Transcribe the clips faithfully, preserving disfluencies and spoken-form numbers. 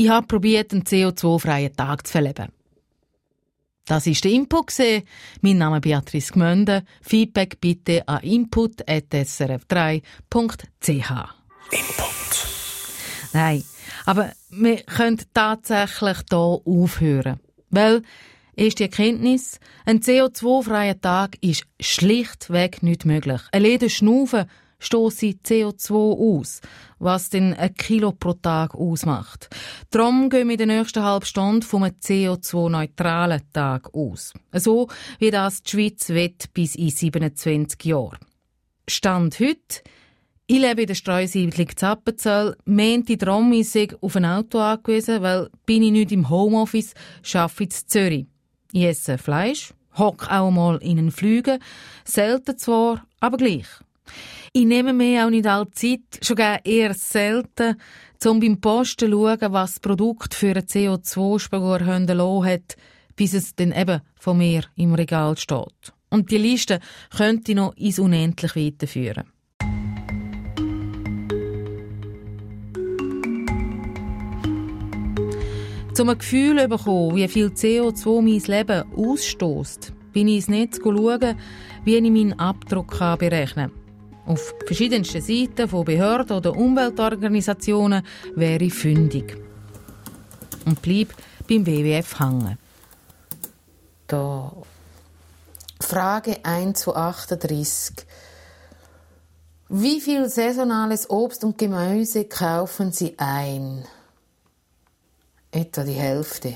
Ich habe probiert, einen C O zwei freien Tag zu verleben. Das war der Input. Mein Name ist Beatrice Gmünde. Feedback bitte an input at s r f drei punkt c h. Input. Nein, aber wir können tatsächlich hier aufhören. Weil, ist die Erkenntnis, ein C O zwei freier Tag ist schlichtweg nicht möglich. Ein Leder Schnaufen stosse C O zwei aus, was dann ein Kilo pro Tag ausmacht. Darum gehen wir in der nächsten halben Stunde vom C O zwei neutralen Tag aus. So wie das die Schweiz will bis in siebenundzwanzig Jahren. Stand heute: Ich lebe in der Streusiedlung Zappenzell. Menti drum ist ich auf ein Auto angewiesen, weil bin ich nicht im Homeoffice, arbeite ich in Zürich. Ich esse Fleisch, hocke auch mal in einen Flüge, selten zwar, aber gleich. Ich nehme mir auch nicht all Zeit, schon gar eher selten, um beim Posten zu schauen, was das Produkt für einen C O zwei Spur lassen hat, bis es dann eben von mir im Regal steht. Und die Liste könnte ich noch ins Unendliche weiterführen. Um ein Gefühl zu bekommen, wie viel C O zwei mein Leben ausstößt, bin ich ins Netz schauen, wie ich meinen Abdruck berechnen kann. Auf verschiedensten Seiten von Behörden oder Umweltorganisationen wäre ich fündig. Und bleib beim W W F hängen. Da. Frage eins zu achtunddreissig. Wie viel saisonales Obst und Gemüse kaufen Sie ein? Etwa die Hälfte.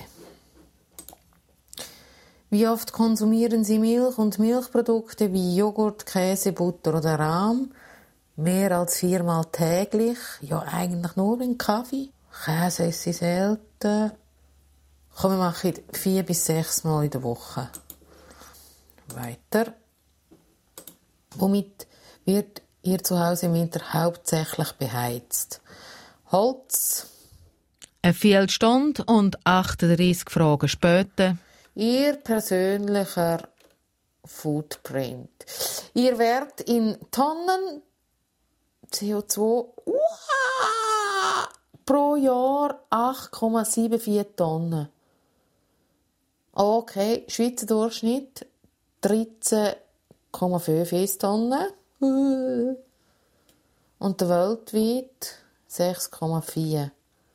Wie oft konsumieren Sie Milch und Milchprodukte wie Joghurt, Käse, Butter oder Rahm? Mehr als viermal täglich? Ja, eigentlich nur einen Kaffee. Käse esse ich selten. Komm, wir machen vier bis sechs Mal in der Woche. Weiter. Womit wird Ihr Zuhause im Winter hauptsächlich beheizt? Holz. Eine Viertelstunde und achtunddreissig Fragen später. Ihr persönlicher Footprint. Ihr Wert in Tonnen C O zwei uah, pro Jahr acht Komma vierundsiebzig Tonnen. Okay, Schweizer Durchschnitt dreizehn Komma fünfundsechzig Tonnen. Und der weltweit sechs Komma vier.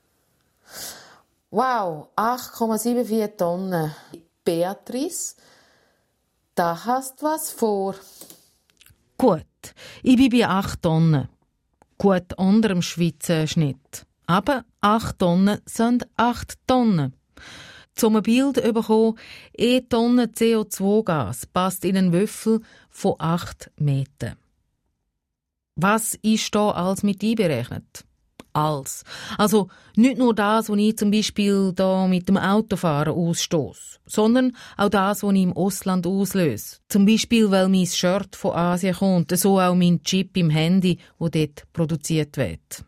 Wow, acht Komma vierundsiebzig Tonnen. Beatrice, da hast was vor. Gut, ich bin bei acht Tonnen. Gut unter dem Schweizer Schnitt. Aber acht Tonnen sind acht Tonnen. Zum ein Bild zu bekommen, eine Tonne C O zwei Gas passt in einen Würfel von acht Metern. Was ist da alles mit einberechnet? Alles. Also nicht nur das, was ich zum Beispiel da mit dem Autofahren ausstoße, sondern auch das, was ich im Ausland auslöse. Zum Beispiel, weil mein Shirt von Asien kommt, so auch mein Chip im Handy, wo dort produziert wird.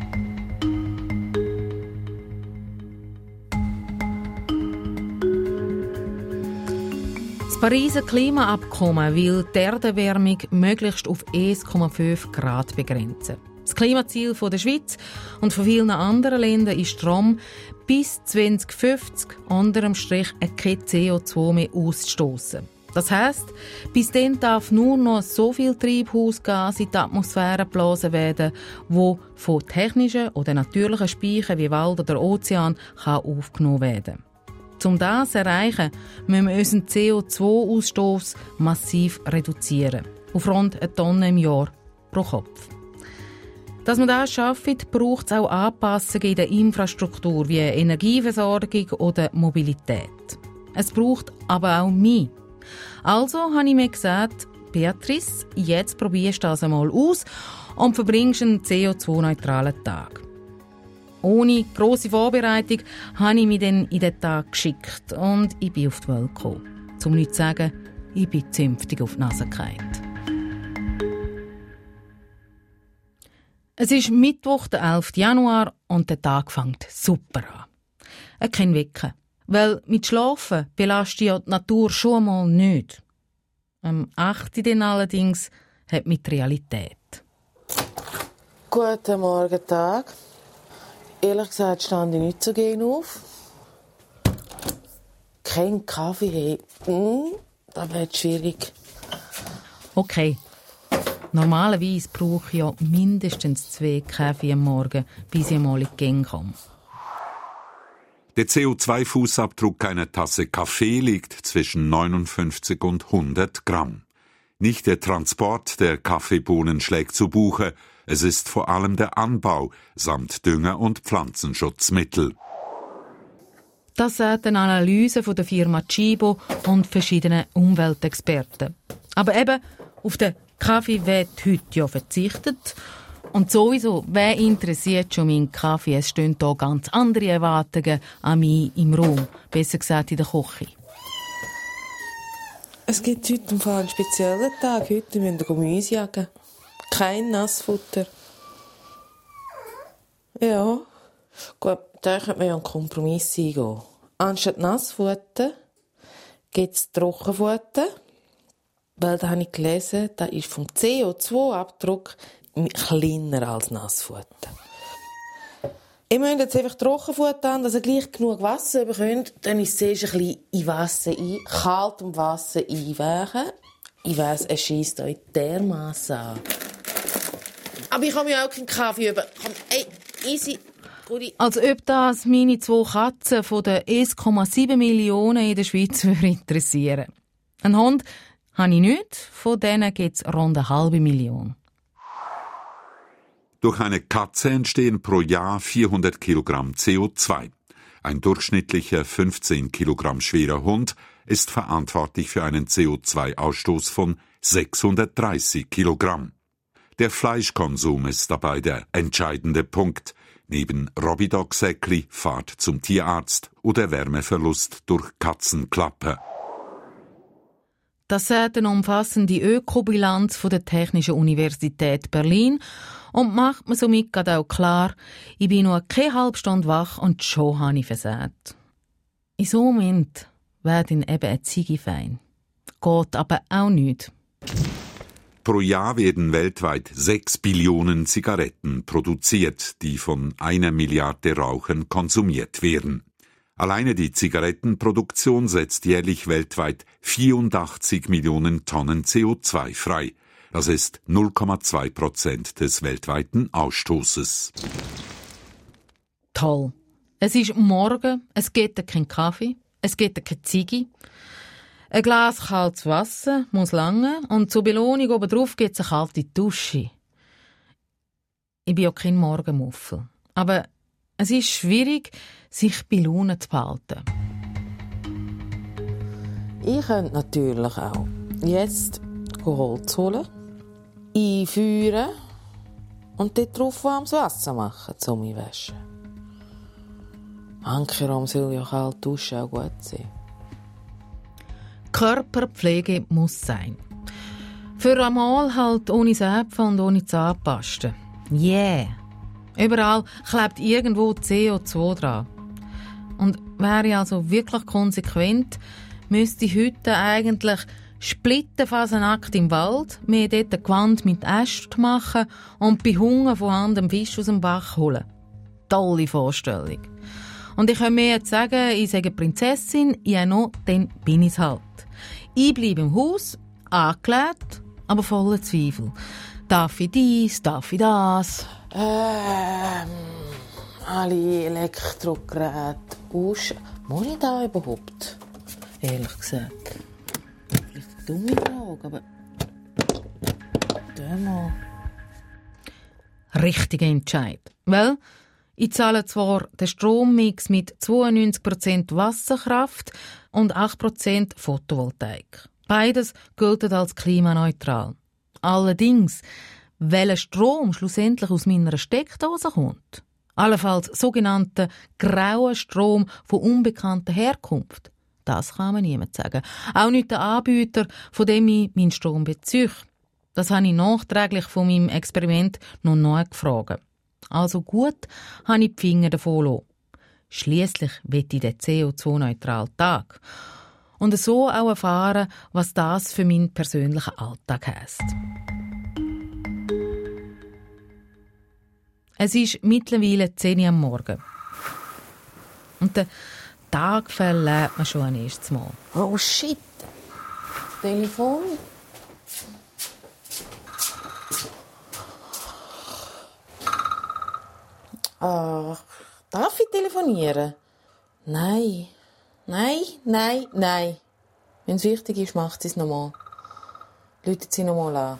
Das Pariser Klimaabkommen will die Erderwärmung möglichst auf eins Komma fünf Grad begrenzen. Das Klimaziel der Schweiz und von vielen anderen Ländern ist darum, bis zwanzig fünfzig unterm Strich kein C O zwei mehr auszustossen. Das heisst, bis dann darf nur noch so viel Treibhausgas in die Atmosphäre geblasen werden, wo von technischen oder natürlichen Speichern wie Wald oder Ozean kann aufgenommen werden. Um das zu erreichen, müssen wir unseren C O zwei Ausstoß massiv reduzieren. Auf rund eine Tonne im Jahr pro Kopf. Dass man das schafft, braucht es auch Anpassungen in der Infrastruktur wie Energieversorgung oder Mobilität. Es braucht aber auch mich. Also habe ich mir gesagt, Beatrice, jetzt probierst du das einmal aus und verbringst einen C O zwei neutralen Tag. Ohne grosse Vorbereitung habe ich mich dann in den Tag geschickt und ich bin auf die Welt gekommen. Um nicht zu sagen, ich bin zünftig auf die Nase gefallen. Es ist Mittwoch, der elften Januar, und der Tag fängt super an. Kein Wecken, weil mit Schlafen belastet ja die Natur schon mal nicht. Am achten dann allerdings hat mit die Realität. Guten Morgen, Tag. Ehrlich gesagt stand ich nicht so gerne auf. Kein Kaffee, hey. Mm, das wird schwierig. Okay. Normalerweise brauche ich ja mindestens zwei Kaffee am Morgen, bis ich mal in die Gänge komme. Der C O zwei Fußabdruck einer Tasse Kaffee liegt zwischen neunundfünfzig und hundert Gramm. Nicht der Transport der Kaffeebohnen schlägt zu Buche, es ist vor allem der Anbau samt Dünger und Pflanzenschutzmittel. Das sagt eine Analyse von der Firma Cibo und verschiedenen Umweltexperten. Aber eben, auf den Kaffee wird heute ja verzichtet. Und sowieso, wer interessiert schon meinen Kaffee? Es stehen hier ganz andere Erwartungen an mich im Raum, besser gesagt in der Küche. Es gibt heute im Fall einen speziellen Tag. Heute müssen wir Gemüse jagen. Kein Nassfutter. Ja. Gut, da könnte man ja einen Kompromiss eingehen. Anstatt Nassfutter gibt es Trockenfutter. Weil da habe ich gelesen, das ist vom C O zwei Abdruck kleiner als Nassfutter. Ich möchte jetzt einfach Trockenfutter an, dass ihr gleich genug Wasser bekommt. Dann ist es zuerst ein bisschen in Wasser ein, kaltem Wasser einweichen. Ich weiss, es scheisst euch dermassen an. Aber ich habe mir auch keinen Kaffee über. Komm, ey, easy. Gudi. Als ob das meine zwei Katzen von den eins Komma sieben Millionen in der Schweiz interessieren. Ein Hund habe ich nicht, von denen gibt es rund eine halbe Million. Durch eine Katze entstehen pro Jahr vierhundert Kilogramm C O zwei. Ein durchschnittlicher fünfzehn Kilogramm schwerer Hund ist verantwortlich für einen C O zwei Ausstoß von sechshundertdreißig Kilogramm. Der Fleischkonsum ist dabei der entscheidende Punkt. Neben Robidog-Säckli, Fahrt zum Tierarzt oder Wärmeverlust durch Katzenklappe. Das sagt eine umfassende Ökobilanz von der Technischen Universität Berlin und macht mir somit gerade auch klar, ich bin nur keine halbe Stunde wach und schon habe ich versagt. In so einem Moment wäre dann eben eine Ziege fein. Geht aber auch nicht. Pro Jahr werden weltweit sechs Billionen Zigaretten produziert, die von einer Milliarde Rauchern konsumiert werden. Alleine die Zigarettenproduktion setzt jährlich weltweit vierundachtzig Millionen Tonnen C O zwei frei. Das ist null Komma zwei Prozent des weltweiten Ausstoßes. Toll. Es ist morgen, es gibt keinen Kaffee, es gibt keine Ziege. Ein Glas kaltes Wasser muss lange und zur Belohnung obendrauf gibt es eine kalte Dusche. Ich bin ja kein Morgenmuffel, aber es ist schwierig, sich bei Laune zu behalten. Ich könnte natürlich auch jetzt Holz holen, einfeuern und dort drauf warmes Wasser machen, um mich zu waschen. Ankerraum soll ja kalt duschen auch gut sein. Körperpflege muss sein. Für einmal halt ohne Säpfen und ohne Zahnpasta. Yeah! Überall klebt irgendwo C O zwei dran. Und wäre ich also wirklich konsequent, müsste ich heute eigentlich splittenfasernackt im Wald, mir dort ein Gewand mit Ästen machen und bei Hunger von Hand einen Fisch aus dem Bach holen. Tolle Vorstellung. Und ich kann mir jetzt sagen, ich sage Prinzessin, ja noch, dann bin ich's halt. Ich bleibe im Haus, angelegt, aber voller Zweifel. Darf ich dies, darf ich das? Ähm, alle Elektrogeräte aus. Muss ich da überhaupt? Ehrlich gesagt. Vielleicht eine dumme Frage, aber... Da mal. Richtiger Entscheid. Weil ich zahle zwar den Strommix mit zweiundneunzig Prozent Wasserkraft und acht Prozent Photovoltaik. Beides gilt als klimaneutral. Allerdings, welcher Strom schlussendlich aus meiner Steckdose kommt, allenfalls sogenannten grauen Strom von unbekannter Herkunft, das kann mir niemand sagen. Auch nicht der Anbieter, von dem ich meinen Strom beziehe. Das habe ich nachträglich von meinem Experiment noch neu gefragt. Also gut, habe ich die Finger davon gelassen. Schliesslich will ich den C O zwei neutralen Tag. Und so auch erfahren, was das für meinen persönlichen Alltag heisst. Es ist mittlerweile zehn Uhr am Morgen. Und den Tag verlebt man schon ein erstes Mal. Oh shit! Telefon? Ach, darf ich telefonieren? Nein. Nein, nein, nein. Wenn es wichtig ist, macht sie es nochmal. Läutet sie nochmal an.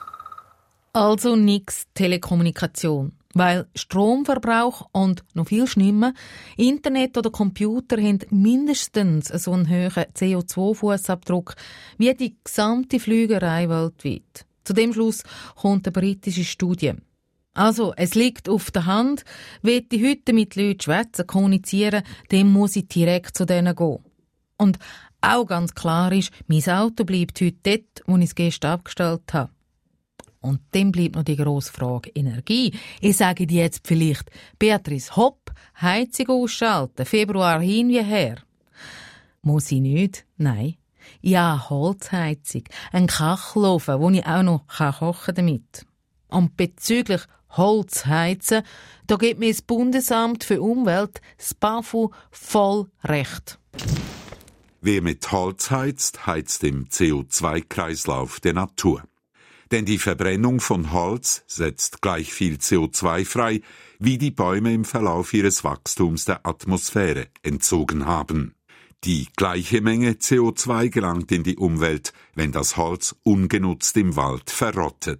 Also nix Telekommunikation. Weil Stromverbrauch und noch viel schlimmer, Internet oder Computer haben mindestens so einen hohen C O zwei Fußabdruck wie die gesamte Flügerei weltweit. Zu dem Schluss kommt eine britische Studie. Also, es liegt auf der Hand, will ich heute mit Leuten schwätzen, kommunizieren, dann muss ich direkt zu denen gehen. Und auch ganz klar ist, mein Auto bleibt heute dort, wo ich es gestern abgestellt habe. Und dann bleibt noch die grosse Frage Energie. Ich sage dir jetzt vielleicht, Beatrice, hopp, Heizung ausschalten, Februar hin wie her. Muss ich nicht? Nein. Ja, Holzheizung, ein Kachelofen, wo ich auch noch kochen damit. Und bezüglich Holzheizen, da gibt mir das Bundesamt für Umwelt, das BAFU, voll recht. Wer mit Holz heizt, heizt im C O zwei Kreislauf der Natur. Denn die Verbrennung von Holz setzt gleich viel C O zwei frei, wie die Bäume im Verlauf ihres Wachstums der Atmosphäre entzogen haben. Die gleiche Menge C O zwei gelangt in die Umwelt, wenn das Holz ungenutzt im Wald verrottet.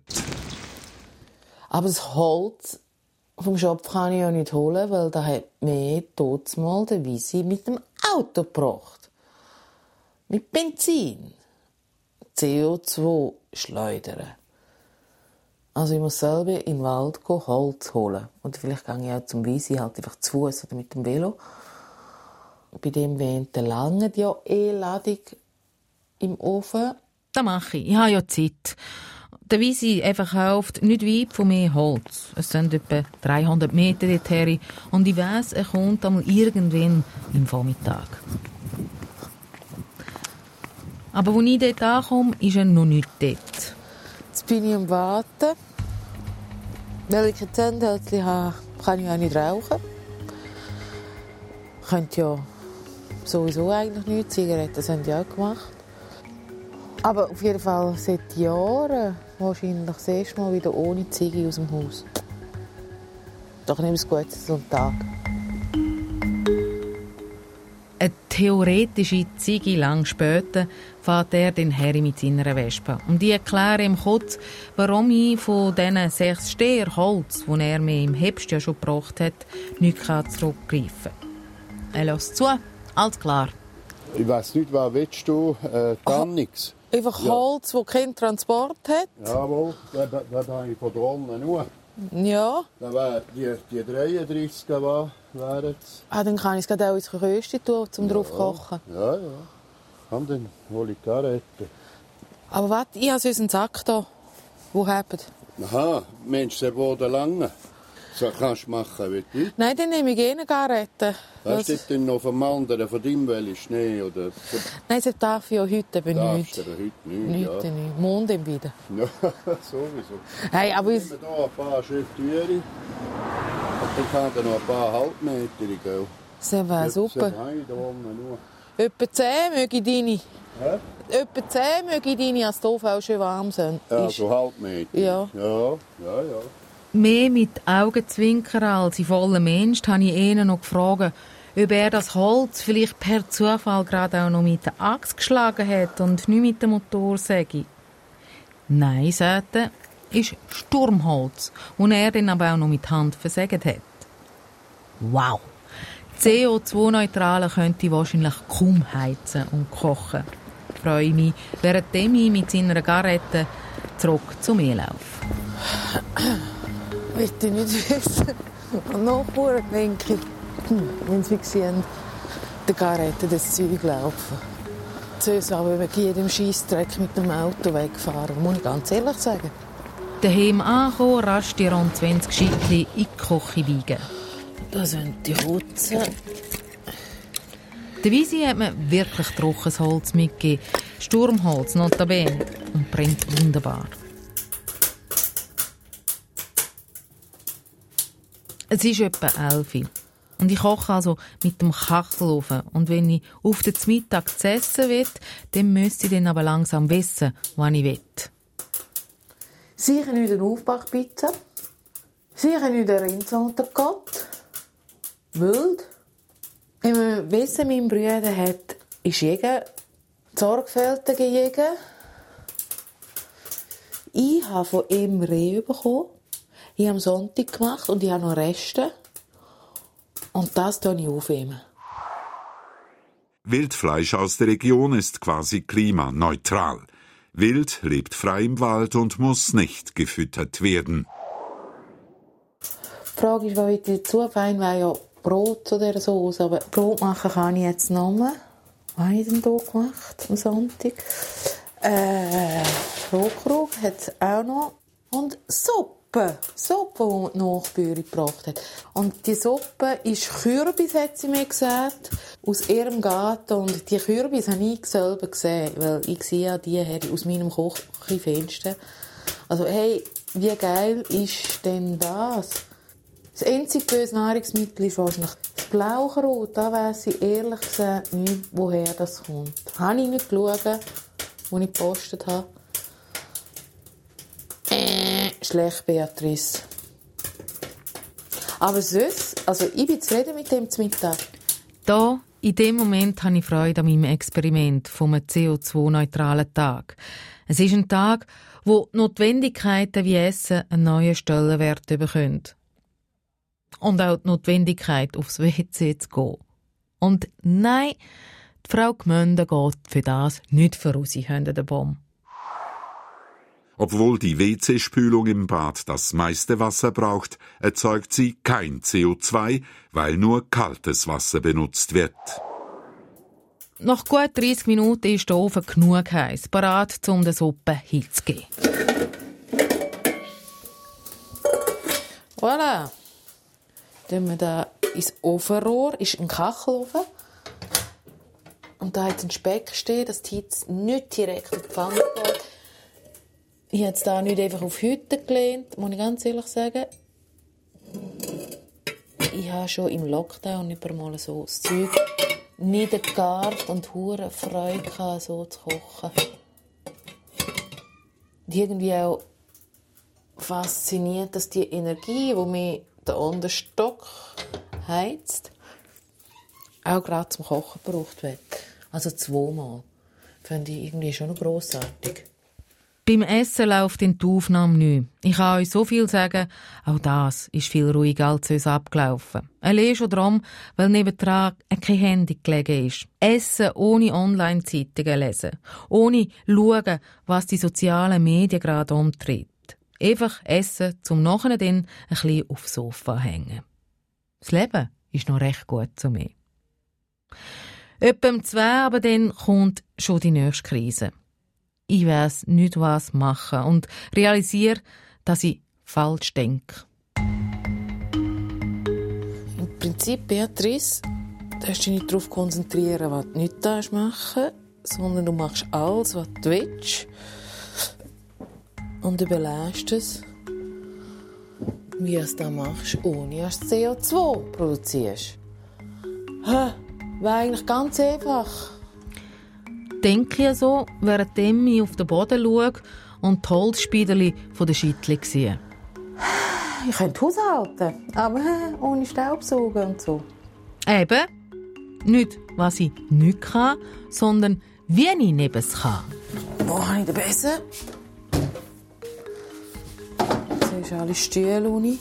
Aber das Holz vom Schopf kann ich ja nicht holen, weil da hat mir totsmal der Visi mit dem Auto gebracht. Mit Benzin. C O zwei schleudern. Also ich muss selber in den Wald gehen, Holz holen. Oder vielleicht gehe ich auch zum Visi halt einfach zu Fuß oder mit dem Velo. Bei dem während der langen ja eh Ladung im Ofen. Das mache ich. Ich habe ja Zeit. Der Visi einfach kauft nicht weit von mir Holz. Es sind etwa dreihundert Meter dorthin. Und ich weiss, er kommt einmal irgendwann im Vormittag. Aber als ich dort ankomme, ist er noch nicht dort. Jetzt bin ich am Warten. Weil ich kein Zündhölzchen habe, kann ich auch nicht rauchen. Ich könnte ja sowieso eigentlich nichts. Zigaretten haben ja auch gemacht. Aber auf jeden Fall seit Jahren wahrscheinlich das erste Mal wieder ohne Ziege aus dem Haus. Doch nicht was Gutes so einen Tag. Eine theoretische Ziege lang später fährt er den Harry mit seiner Vespa. Und ich erkläre ihm kurz, warum ich von diesen sechs Steher Holz, die er mir im Herbst ja schon gebracht hat, nicht zurückgreifen kann. Er lässt zu, alles klar. Ich weiss nicht, was willst du? Äh, gar nichts. Einfach Holz, das keinen Transport hat? Jawohl, das, das, das habe ich von da unten nur. Ja. Das wär, die, die dreiunddreißig wären es. Ah, dann kann ich es auch ins Rösti tun, um ja. drauf zu kochen. Ja, ja. Komm, dann hole ich Garette. Aber warte, ich habe sonst einen Sack hier. Wo habt ihr? Aha, Mensch, der Boden lange. So kannst du machen, wie du. Nein, dann nehme ich gerne Garette. Was ist denn noch vom anderen, von deinem Welli Schnee? Oder? Nein, das darf ich ja heute eben nicht. Darfst du heute nicht, nicht, ja. nicht. Montag wieder. Ja, sowieso. Hey, aber ich nehme hier ein paar Schriftüre. Und dann kann da noch ein paar Halbmeter gehen. Das wäre super. Das habe ich da unten nur. Etwa zehn möge ich deine. Hä? Etwa zehn möge ich deine, als die Ofen auch schön warm sind. Ja, so Halbmeter. Ja. Ja, ja, ja. Mehr mit Augenzwinkern als in vollem Ernst habe ich ihn noch gefragt, ob er das Holz vielleicht per Zufall gerade auch noch mit der Axt geschlagen hat und nicht mit der Motorsäge. Nein, sagt er, ist Sturmholz, das er dann aber auch noch mit Hand versägt hat. Wow! C O zwei Neutrale könnte ich wahrscheinlich kaum heizen und kochen. Ich freue mich, während Demi mit seiner Garette zurück zum mir laufe. Ich will nicht wissen. Und nachher denke ich, hm, wenn Sie sehen, der Garette das Zeug laufen. Zuerst aber wegen jedem Scheissdreck mit dem Auto wegfahren, muss ich ganz ehrlich sagen. Daheim angekommen, rasch die rund zwanzig Scheitchen in die Küche wiegen. Das sind die Hutzen. Der Visi hat mir wirklich trockenes Holz mitgegeben. Sturmholz, notabene. Und brennt wunderbar. Es ist etwa elf Uhr. Und ich koche also mit dem Kachelofen. Und wenn ich auf den Mittag zu essen will, dann müsste ich dann aber langsam wissen, was ich will. Sicher nicht eine Aufbackpizza. Sicher nicht ein Rindsonntagott. Wild. Im Wissen, mein Bruder hat, ist Jäger, sorgfältiger Jäger. Ich habe von ihm Reh bekommen. Ich habe am Sonntag gemacht und ich habe noch Reste. Und das tue ich aufnehmen. Wildfleisch aus der Region ist quasi klimaneutral. Wild lebt frei im Wald und muss nicht gefüttert werden. Die Frage ist, was ich dazu fein wäre ja Brot zu dieser Sauce. Aber Brot machen kann ich jetzt noch mehr. Was habe ich denn hier gemacht am Sonntag? Äh, Rotkraut hat es auch noch. Und Suppe. Suppe, die die Nachbürin gebracht hat. Und die Suppe ist Kürbis, hat sie mir gesagt, aus ihrem Garten. Und die Kürbis habe ich selber gesehen, weil ich sehe ja die aus meinem Küchenfenster. Also hey, wie geil ist denn das? Das einzige böse Nahrungsmittel ist wahrscheinlich das Blaukraut. Da weiss ich ehrlich gesagt nicht, woher das kommt. Habe ich nicht geschaut, als ich gepostet habe. Äh, schlecht, Beatrice. Aber sonst, also ich bin zufrieden mit dem zum Mittag. Da, in dem Moment habe ich Freude an meinem Experiment vom C O zwei neutralen Tag. Es ist ein Tag, wo die Notwendigkeiten wie Essen einen neuen Stellenwert bekommen. Und auch die Notwendigkeit, aufs W C zu gehen. Und nein, die Frau Gmünde geht für das nicht voraus, hinter den Baum. Obwohl die W C-Spülung im Bad das meiste Wasser braucht, erzeugt sie kein C O zwei, weil nur kaltes Wasser benutzt wird. Nach gut dreissig Minuten ist der Ofen genug heiß, bereit, um der Suppe Hitze zu geben. Voilà. Dann wir da ins Ofenrohr, ist ein Kachelofen. Und da hat ein Speck stehen, dass die Hitze nicht direkt in die Pfanne geht. Ich habe jetzt da nicht einfach auf Hütte gelehnt, muss ich ganz ehrlich sagen. Ich habe schon im Lockdown über mal so das Zeug niedergart und hure Freude gehabt, so zu kochen. Und irgendwie auch fasziniert, dass die Energie, die mich der andere Stock heizt, auch gerade zum Kochen gebraucht wird. Also zweimal. Finde ich irgendwie schon noch grossartig. Beim Essen läuft in die Aufnahme nicht. Ich kann euch so viel sagen, auch das ist viel ruhiger als uns abgelaufen. Allein schon darum, weil nebendran kein Handy gelegen ist. Essen ohne Online-Zeitungen lesen. Ohne schauen, was die sozialen Medien gerade umtreibt. Einfach essen, zum nachher dann ein bisschen aufs Sofa hängen. Das Leben ist noch recht gut zu mir. Etwa um zwei aber dann kommt schon die nächste Krise. Ich weiss nicht, was machen und realisiere, dass ich falsch denke. Im Prinzip, Beatrice, darfst du dich nicht darauf konzentrieren, was du nicht machen darfst, sondern du machst alles, was du willst. Und überlegst es, wie du es dann machst, ohne dass du C O zwei produzierst. Ha, wäre eigentlich ganz einfach. Denke ich so, während ich auf den Boden schaue und die Holzspiederli von der Schittli sehe. Ich könnte haushalten, aber ohne Staubsaugen und so. Eben. Nicht, was ich nicht kann, sondern wie ich neben es kann. Wo habe ich den Besen? Jetzt hast du alle Stühle, Uni.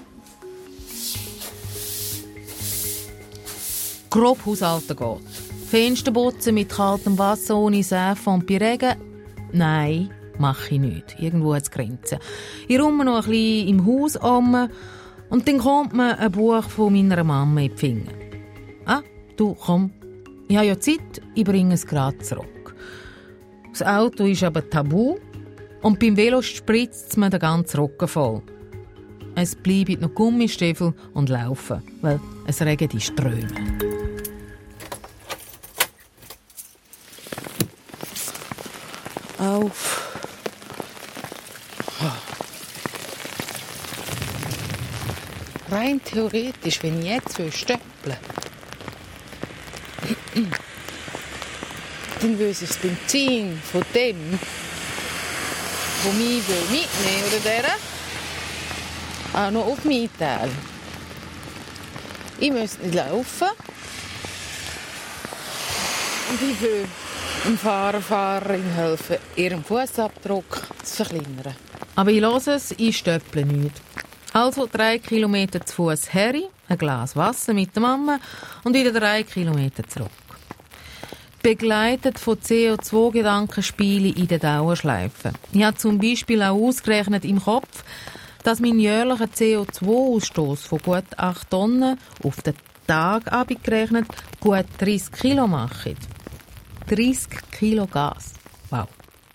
Grob haushalten geht. Fenster putzen mit kaltem Wasser ohne Seife und bei Regen? Nein, mache ich nicht. Irgendwo hat es Grenzen. Ich räume noch ein bisschen im Haus um und dann kommt mir ein Buch von meiner Mama in die Finger. Ah, du, komm. Ich habe ja Zeit, ich bringe es gerade zurück. Das Auto ist aber tabu und beim Velo spritzt es mir den ganzen Rücken voll. Es bleiben noch Gummistiefel und laufen, weil es regnet in Strömen. Auf. rein theoretisch, wenn ich jetzt stöpple, dann würde ich das Benzin von dem, wo mich mitnehmen oder der, auch noch auf mich teilen. Ich müsste nicht laufen. Und ich will dem Fahrer, Fahrerin helfen, ihren Fußabdruck zu verkleinern. Aber ich höre es, ich stöpple nicht. Also drei Kilometer zu Fuß her, ein Glas Wasser mit der Mama und wieder drei Kilometer zurück. Begleitet von C O zwei Gedankenspielen in der Dauerschleife. Ich habe zum Beispiel auch ausgerechnet im Kopf, dass mein jährlicher C O zwei Ausstoß von gut acht Tonnen auf den Tag abgerechnet gut dreißig Kilo macht. dreißig Kilo Gas. Wow.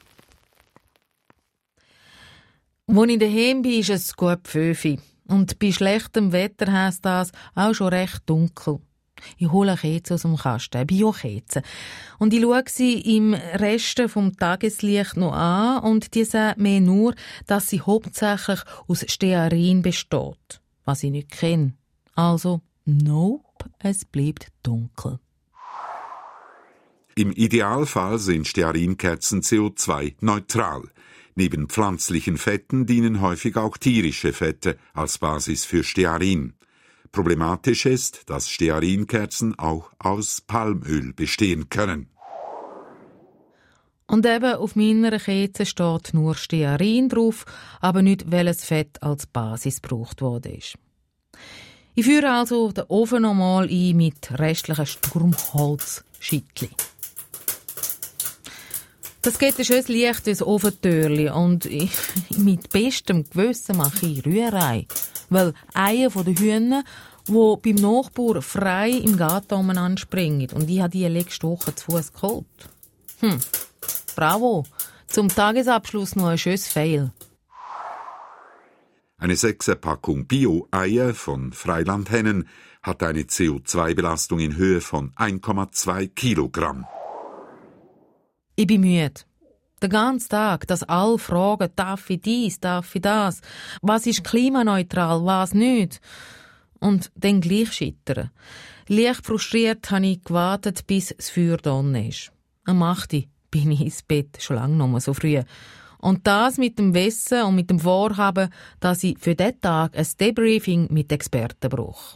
Als ich daheim bin, ist es gut fünf Uhr. Und bei schlechtem Wetter heisst das auch schon recht dunkel. Ich hole eine Kerze aus dem Kasten, eine Bio-Kerze. Und ich schaue sie im Rest vom Tageslicht noch an und die sagt mir nur, dass sie hauptsächlich aus Stearin besteht. Was ich nicht kenne. Also, nope, es bleibt dunkel. Im Idealfall sind Stearinkerzen C O zwei neutral. Neben pflanzlichen Fetten dienen häufig auch tierische Fette als Basis für Stearin. Problematisch ist, dass Stearinkerzen auch aus Palmöl bestehen können. Und eben auf meiner Kerze steht nur Stearin drauf, aber nicht, welches Fett als Basis gebraucht worden ist. Ich führe also den Ofen nochmal ein mit restlichen Sturmholzschittli. Das geht ein schönes Licht ins Ofentürli und ich, mit bestem Gewissen mache ich Rührei. Weil Eier von den Hühnern, die beim Nachbar frei im Garten umeinander springen. Und ich habe die letzte Woche zu Fuß geholt. Hm, bravo. Zum Tagesabschluss noch ein schönes Fail. Eine Sechserpackung Bio-Eier von Freilandhennen hat eine C O zwei Belastung in Höhe von eins Komma zwei Kilogramm. Ich bin müde. Den ganzen Tag, dass alle fragen, darf ich dies, darf ich das? Was ist klimaneutral, was nicht? Und dann gleich scheitern. Leicht frustriert habe ich gewartet, bis das Feuer da ist. Am acht Uhr bin ich ins Bett, schon lange noch mal so früh. Und das mit dem Wissen und mit dem Vorhaben, dass ich für diesen Tag ein Debriefing mit Experten brauche.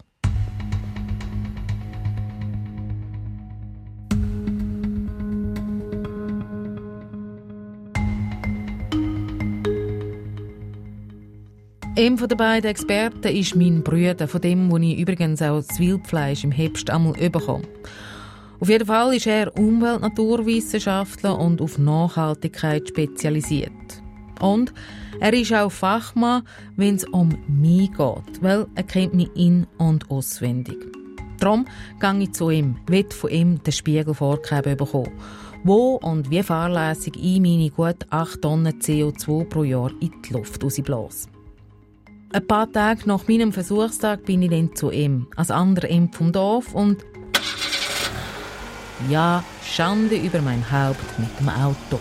Einer der beiden Experten ist mein Bruder, von dem, wo ich übrigens auch das Wildfleisch im Herbst einmal bekomme. Auf jeden Fall ist er Umwelt-Naturwissenschaftler und auf Nachhaltigkeit spezialisiert. Und er ist auch Fachmann, wenn es um mich geht, weil er kennt mich in- und auswendig. Darum gehe ich zu ihm, will von ihm den Spiegel vorgegeben bekommen, wo und wie fahrlässig ich meine gut acht Tonnen C O zwei pro Jahr in die Luft rausblase. Ein paar Tage nach meinem Versuchstag bin ich dann zu ihm, als anderer Ende vom Dorf und ja, Schande über mein Haupt mit dem Auto.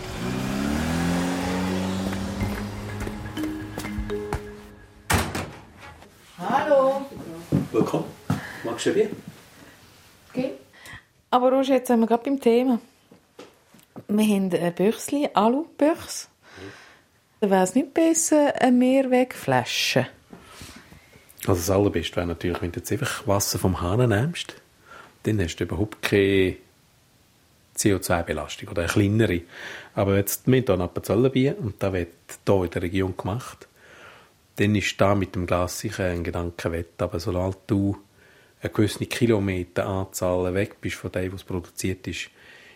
Hallo. Willkommen. Magst du ein Bier? Okay. Aber Roger, jetzt sind wir gerade beim Thema. Wir haben ein Büchsli, Alu-Büchs. Da wäre es nicht besser, eine Mehrwegflasche. Also das Allerbeste wäre natürlich, wenn du jetzt einfach Wasser vom Hahn nimmst, dann hast du überhaupt keine C O zwei Belastung oder eine kleinere. Aber jetzt, wir haben hier ein Appenzellenbier und das wird hier in der Region gemacht. Dann ist da mit dem Glas sicher ein Gedanke wett. Aber solange du eine gewisse Kilometeranzahl weg bist von dem, was produziert ist,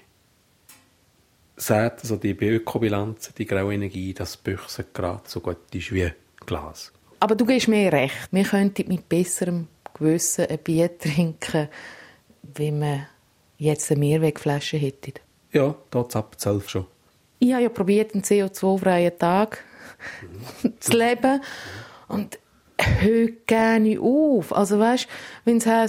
sagt also die Ökobilanz, die graue Energie, dass Büchse gerade so gut ist wie Glas. Aber du gibst mir recht. Wir könnten mit besserem Gewissen ein Bier trinken, wenn wir jetzt eine Mehrwegflasche hätten. Ja, da ist ab zwölf schon. Ich habe ja probiert, einen C O zwei freien Tag mhm. zu leben. Und höre gerne auf. Also weißt, wenn es heisst,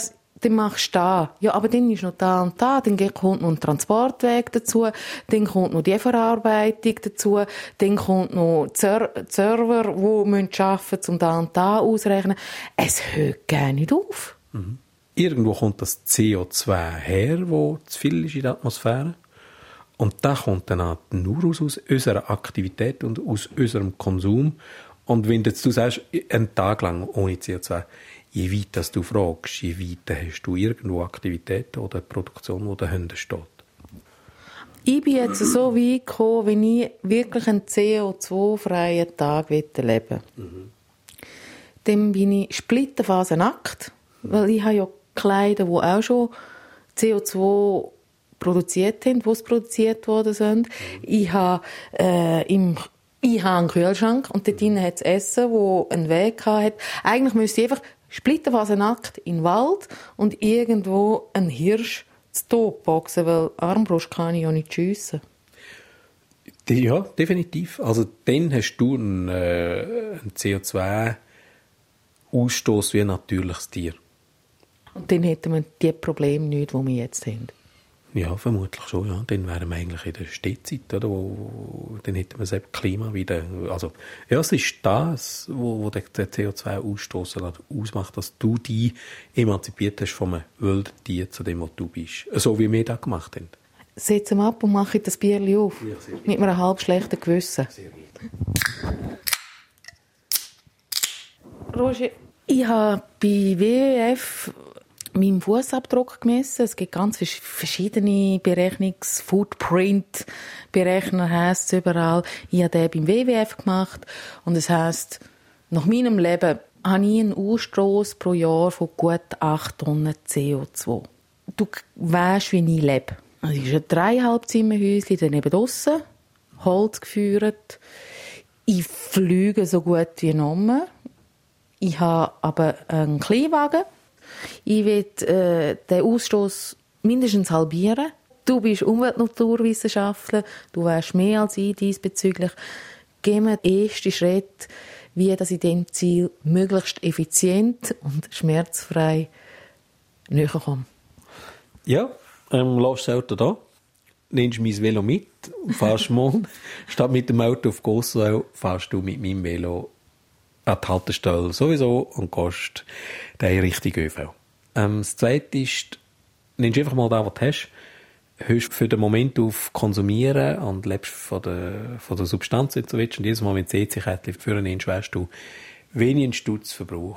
dann machst du da. Ja, aber dann ist noch da und da, dann kommt noch ein Transportweg dazu, dann kommt noch die Verarbeitung dazu, dann kommt noch die Server, die müssen arbeiten, um da und da auszurechnen. Es hört gar nicht auf. Mhm. Irgendwo kommt das C O zwei her, das zu viel ist in der Atmosphäre. Und das kommt dann auch nur aus, aus unserer Aktivität und aus unserem Konsum. Und wenn jetzt du sagst, einen Tag lang ohne C O zwei, je weit dass du fragst, je weiter hast du irgendwo Aktivität oder Produktion, die dahinter steht? Ich bin jetzt so weit gekommen, wenn ich wirklich einen C O zwei freien Tag leben will. Mhm. Dann bin ich splitterphase nackt, weil ich habe ja Kleider, die auch schon C O zwei produziert haben, die produziert worden sind. Mhm. Ich habe äh, im Ich habe einen Kühlschrank und dort drinnen hat es Essen, das einen Weg hat. Eigentlich müsste ich einfach splitterweise nackt in den Wald und irgendwo einen Hirsch zu Tod boxen, weil Armbrust kann ich ja nicht schiessen. Ja, definitiv. Also dann hast du einen, äh, einen C O zwei Ausstoß wie ein natürliches Tier. Und dann hätten wir die Probleme nicht, die wir jetzt haben. Ja, vermutlich schon, ja. Dann wären wir eigentlich in der Stehzeit, oder? Wo, wo, dann hätten wir das Klima wieder. Also, ja, es ist das, wo, wo der, der C O zwei Ausstoß ausmacht, dass du dich emanzipiert hast vom wilden Tier zu dem, was du bist. So wie wir das gemacht haben. Setzen wir ab und machen das Bierchen auf. Ja, mit einem halb schlechten Gewissen. Sehr gut. Roger, ich habe bei W W F meinen Fußabdruck gemessen. Es gibt ganz verschiedene Berechnungs-, Footprint-Berechner, heisst es überall. Ich habe den beim W W F gemacht. Und es heisst, nach meinem Leben habe ich einen Ausstoß pro Jahr von gut acht Tonnen C O zwei. Du weisst, wie ich lebe. Es ist ein dreieinhalb Zimmerhäuschen, daneben draussen, Holz geführt. Ich fliege so gut wie noch. Ich habe aber einen Kleinwagen. Ich will äh, den Ausstoß mindestens halbieren. Du bist Umwelt- und Naturwissenschaftler, du weißt mehr als ich diesbezüglich. Gehen wir den ersten Schritt, wie dass ich dem Ziel möglichst effizient und schmerzfrei näher komme. Ja, ähm, lass das Auto da, nimmst mein Velo mit, fährst morgen, statt mit dem Auto auf Gossau, fährst du mit meinem Velo an die Haltestelle sowieso und gehst den richtigen ÖV. Ähm, das Zweite ist, nimmst einfach mal das, was du hast, hörst für den Moment auf konsumieren und lebst von der, von der Substanz, die du willst. Und jedes Mal, wenn du das E C-Kärtchen führen nimmst, weißt du, wenn ich einen Stutzverbrauch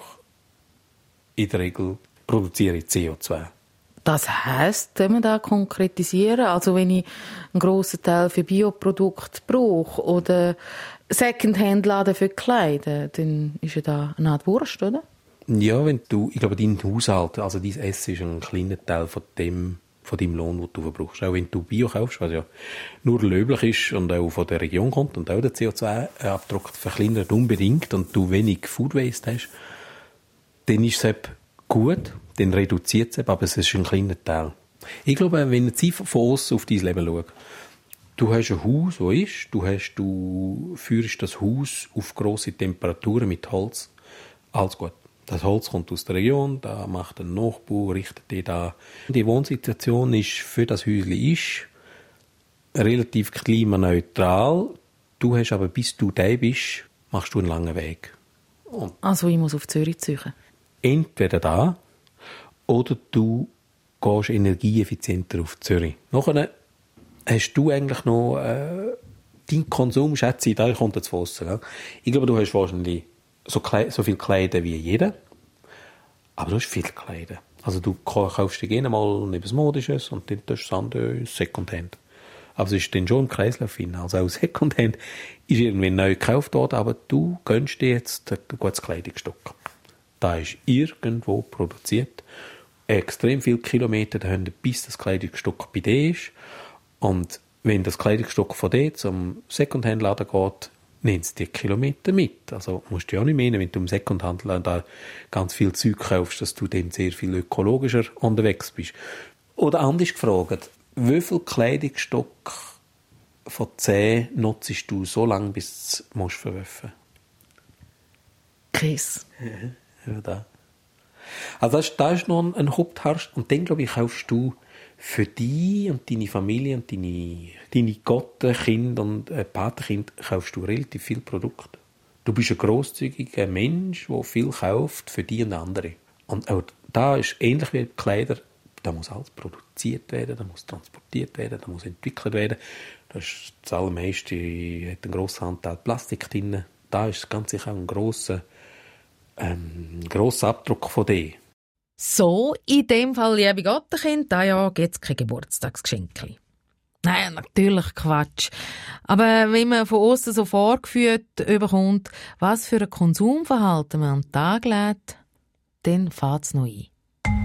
in der Regel produziere ich C O zwei. Das heisst, wenn wir das konkretisieren, also wenn ich einen grossen Teil für Bioprodukte brauche oder Secondhand-Laden für Kleider, dann ist ja da eine Art Wurst, oder? Ja, wenn du, ich glaube, dein Haushalt, also dein Essen ist ein kleiner Teil von dem, von deinem Lohn, den du verbrauchst. Auch wenn du Bio kaufst, was ja nur löblich ist und auch von der Region kommt und auch der C O zwei Abdruck verkleinert unbedingt und du wenig Food Waste hast, dann ist es gut, dann reduziert es, aber es ist ein kleiner Teil. Ich glaube, wenn du von außen auf dein Leben schaust, du hast ein Haus, das ist, du, hast, du führst das Haus auf grosse Temperaturen mit Holz, alles gut. Das Holz kommt aus der Region, da macht ein Nachbau, richtet die da. Die Wohnsituation ist für das Häuschen ist relativ klimaneutral. Du hast aber, bis du da bist, machst du einen langen Weg. Und also ich muss auf Zürich ziehen? Entweder da oder du gehst energieeffizienter auf Zürich. Nachher hast du eigentlich noch äh, deinen Konsum, schätze ich, da kommt jetzt von aussen, gell? Ich glaube, du hast wahrscheinlich so, Kle- so viel Kleider wie jeder, aber du hast viel Kleider. Also du kaufst dir gerne mal etwas Modisches und dann tust du es andere Secondhand. Aber es ist dann schon im Kreislauf hin. Also auch Secondhand ist irgendwie neu gekauft worden, aber du gönnst dir jetzt ein gutes Kleidungsstück. Da ist irgendwo produziert, extrem viele Kilometer dahinter, bis das Kleidungsstück bei dir ist. Und wenn das Kleidungsstück von dir zum Secondhand-Laden geht, nimmst du die Kilometer mit. Also musst du ja nicht meinen, wenn du im Secondhand-Laden da ganz viel Zeug kaufst, dass du dann sehr viel ökologischer unterwegs bist. Oder anders gefragt, wie viel Kleidungsstück von zehn nutzt du so lange, bis du es verwerfen musst? Chris. Ja, da. Also das, das ist noch ein, ein Hauptharst. Und dann, glaube ich, kaufst du für dich und deine Familie und deine, deine Gottenkinder und äh, Patenkinder kaufst du relativ viele Produkte. Du bist ein grosszügiger Mensch, der viel kauft für dich und andere. Und auch da ist ähnlich wie Kleider, da muss alles produziert werden, da muss transportiert werden, da muss entwickelt werden. Da ist das allermeiste, hat einen grossen Anteil Plastik drin. Da ist ganz sicher auch ein grosser, ähm, grosser Abdruck von dir. So, in dem Fall, liebe Gottenkind, da ja gibt es kein Geburtstagsgeschenkchen. Nein, natürlich Quatsch. Aber wenn man von außen so vorgeführt bekommt, was für ein Konsumverhalten man an den Tag legt, dann fängt es noch ein.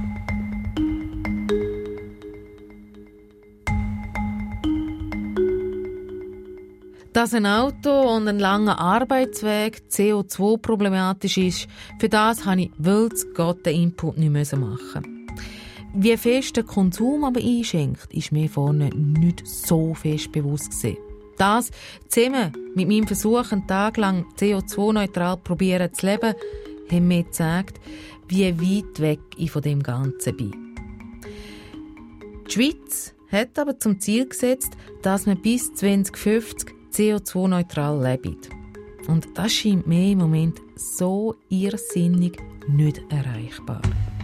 Dass ein Auto und ein langer Arbeitsweg C O zwei problematisch ist, für das habe ich willens Gott den Input nicht machen. Wie fest der Konsum aber einschenkt, ist mir vorne nicht so fest bewusst gewesen. Das zusammen mit meinem Versuch, einen Tag lang C O zwei neutral probieren zu leben, haben mir gezeigt, wie weit weg ich von dem Ganzen bin. Die Schweiz hat aber zum Ziel gesetzt, dass man bis zwanzig fünfzig C O zwei neutral lebt. Und das scheint mir im Moment so irrsinnig nicht erreichbar.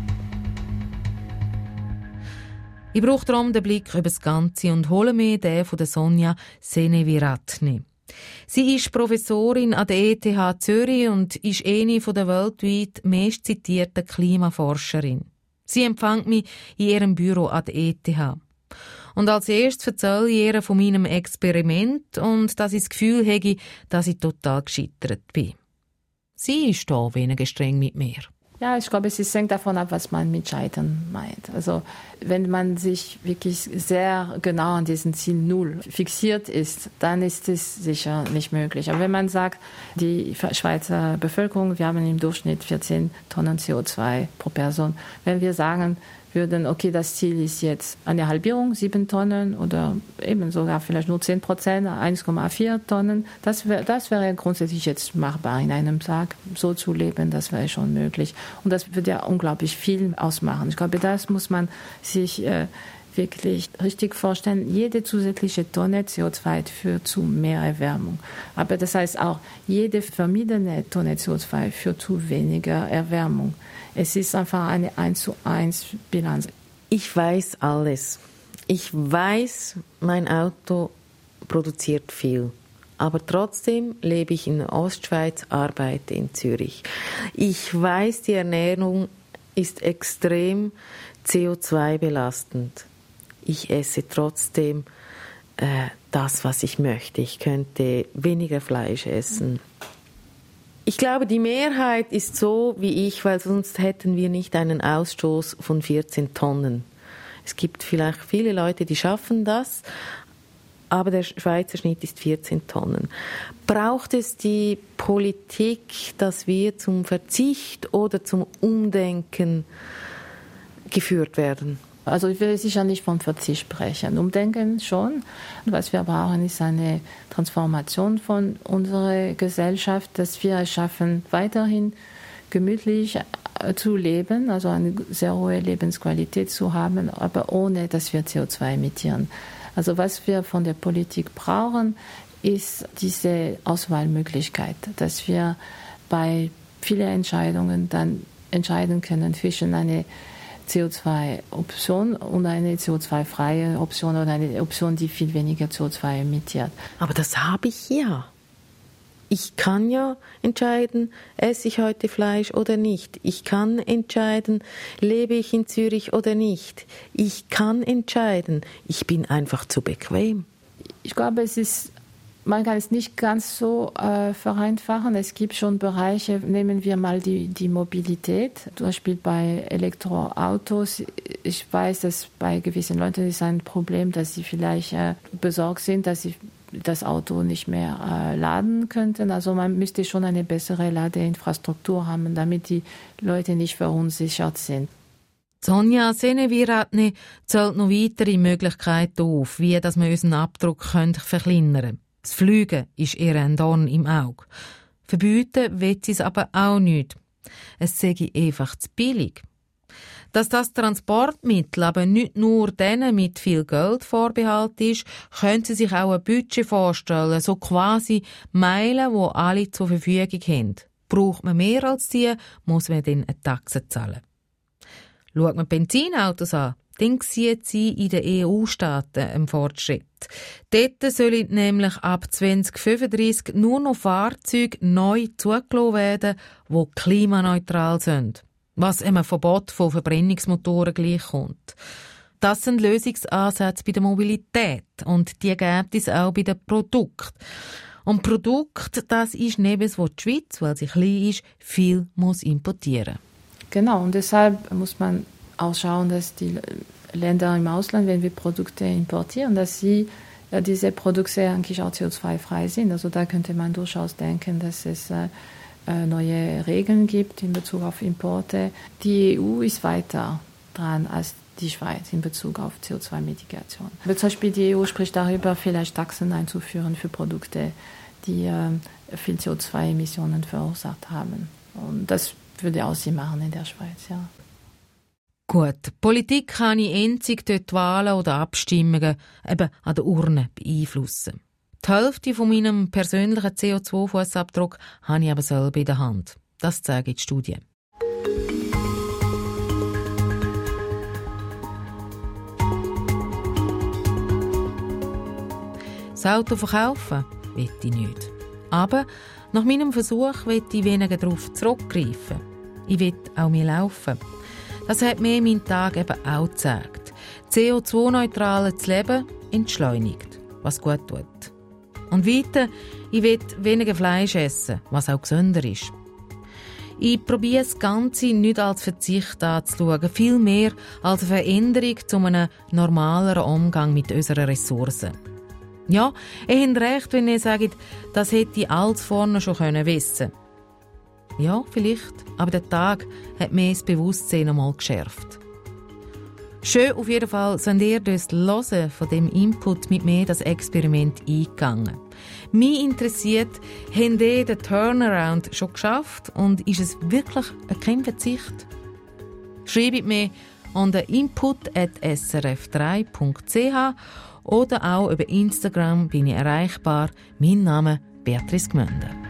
Ich brauche darum den Blick über das Ganze und hole mir den von der Sonja Seneviratne. Sie ist Professorin an der E T H Zürich und ist eine der weltweit meist zitierten Klimaforscherin. Sie empfängt mich in ihrem Büro an der E T H. Und als erstes erzähle ich ihr von meinem Experiment und dass ich das Gefühl habe, dass ich total gescheitert bin. Sie ist da weniger streng mit mir. Ja, ich glaube, es hängt davon ab, was man mit Scheitern meint. Also wenn man sich wirklich sehr genau an diesen Ziel Null fixiert ist, dann ist es sicher nicht möglich. Aber wenn man sagt, die Schweizer Bevölkerung, wir haben im Durchschnitt vierzehn Tonnen C O zwei pro Person. Wenn wir sagen würden, okay, das Ziel ist jetzt eine Halbierung, sieben Tonnen oder eben sogar vielleicht nur zehn Prozent, eins Komma vier Tonnen, das, wär, das wäre grundsätzlich jetzt machbar in einem Tag, so zu leben, das wäre schon möglich. Und das würde ja unglaublich viel ausmachen. Ich glaube, das muss man sich äh, wirklich richtig vorstellen. Jede zusätzliche Tonne C O zwei führt zu mehr Erwärmung. Aber das heißt auch, jede vermiedene Tonne C O zwei führt zu weniger Erwärmung. Es ist einfach eine eins zu eins Bilanz. Ich weiß alles. Ich weiß, mein Auto produziert viel. Aber trotzdem lebe ich in der Ostschweiz, arbeite in Zürich. Ich weiß, die Ernährung ist extrem C O zwei belastend. Ich esse trotzdem äh, das, was ich möchte. Ich könnte weniger Fleisch essen. Ich glaube, die Mehrheit ist so wie ich, weil sonst hätten wir nicht einen Ausstoß von vierzehn Tonnen. Es gibt vielleicht viele Leute, die schaffen das, aber der Schweizer Schnitt ist vierzehn Tonnen. Braucht es die Politik, dass wir zum Verzicht oder zum Umdenken geführt werden? Also ich will sicher nicht von Verzicht sprechen. Umdenken schon. Was wir brauchen, ist eine Transformation von unserer Gesellschaft, dass wir es schaffen, weiterhin gemütlich zu leben, also eine sehr hohe Lebensqualität zu haben, aber ohne, dass wir C O zwei emittieren. Also was wir von der Politik brauchen, ist diese Auswahlmöglichkeit, dass wir bei vielen Entscheidungen dann entscheiden können zwischen einer C O zwei Option und eine C O zwei freie Option oder eine Option, die viel weniger C O zwei emittiert. Aber das habe ich ja. Ich kann ja entscheiden, esse ich heute Fleisch oder nicht. Ich kann entscheiden, lebe ich in Zürich oder nicht. Ich kann entscheiden. Ich bin einfach zu bequem. Ich glaube, es ist Man kann es nicht ganz so äh, vereinfachen. Es gibt schon Bereiche, nehmen wir mal die, die Mobilität, zum Beispiel bei Elektroautos. Ich weiß, dass bei gewissen Leuten ist ein Problem, dass sie vielleicht äh, besorgt sind, dass sie das Auto nicht mehr äh, laden könnten. Also man müsste schon eine bessere Ladeinfrastruktur haben, damit die Leute nicht verunsichert sind. Sonja Seneviratne zählt noch weitere Möglichkeiten auf, wie dass man unseren Abdruck verkleinern könnte. Das Fliegen ist ihr ein Dorn im Auge. Verbieten will sie es aber auch nicht. Es sei einfach zu billig. Dass das Transportmittel aber nicht nur denen mit viel Geld vorbehalten ist, können Sie sich auch ein Budget vorstellen, so quasi Meilen, die alle zur Verfügung haben. Braucht man mehr als die, muss man dann eine Taxe zahlen. Schaut man Benzinautos an, dann sieht sie in den E U-Staaten einen Fortschritt. Dort sollen nämlich ab zwanzig fünfunddreissig nur noch Fahrzeuge neu zugelassen werden, die klimaneutral sind. Was einem Verbot von Verbrennungsmotoren gleichkommt. Das sind Lösungsansätze bei der Mobilität und die gibt es auch bei den Produkten. Und Produkt, das ist neben wo die Schweiz, weil sie klein ist, viel muss importieren. Genau, und deshalb muss man auch schauen, dass die Länder im Ausland, wenn wir Produkte importieren, dass sie äh, diese Produkte eigentlich auch C O zwei frei sind. Also da könnte man durchaus denken, dass es äh, neue Regeln gibt in Bezug auf Importe. Die E U ist weiter dran als die Schweiz in Bezug auf C O zwei Mitigation. Zum Beispiel die E U spricht darüber, vielleicht Taxen einzuführen für Produkte, die äh, viel C O zwei Emissionen verursacht haben. Und das würde auch Sinn machen in der Schweiz, ja. Gut, Politik kann ich einzig dort Wahlen oder Abstimmungen eben an der Urne beeinflussen. Die Hälfte von meinem persönlichen C O zwei Fußabdruck habe ich aber selber in der Hand. Das zeigen die Studien. Das Auto verkaufen will ich nicht. Aber nach meinem Versuch will ich weniger darauf zurückgreifen. Ich will auch mehr laufen. Das hat mir mein Tag eben auch gezeigt. C O zwei neutral zu leben entschleunigt, was gut tut. Und weiter, ich will weniger Fleisch essen, was auch gesünder ist. Ich probiere das Ganze nicht als Verzicht anzuschauen, vielmehr als eine Veränderung zu einem normaleren Umgang mit unseren Ressourcen. Ja, ihr habt recht, wenn ihr sagt, das hätte ich alles vorne schon wissen können. Ja, vielleicht, aber der Tag hat mir das Bewusstsein einmal geschärft. Schön auf jeden Fall sind ihr durch das Hören von dem Input mit mir das Experiment eingegangen. Mich interessiert, haben ihr den Turnaround schon geschafft und ist es wirklich kein Verzicht? Schreibt mir an input at s r f drei punkt c h oder auch über Instagram bin ich erreichbar. Mein Name ist Beatrice Gmünde.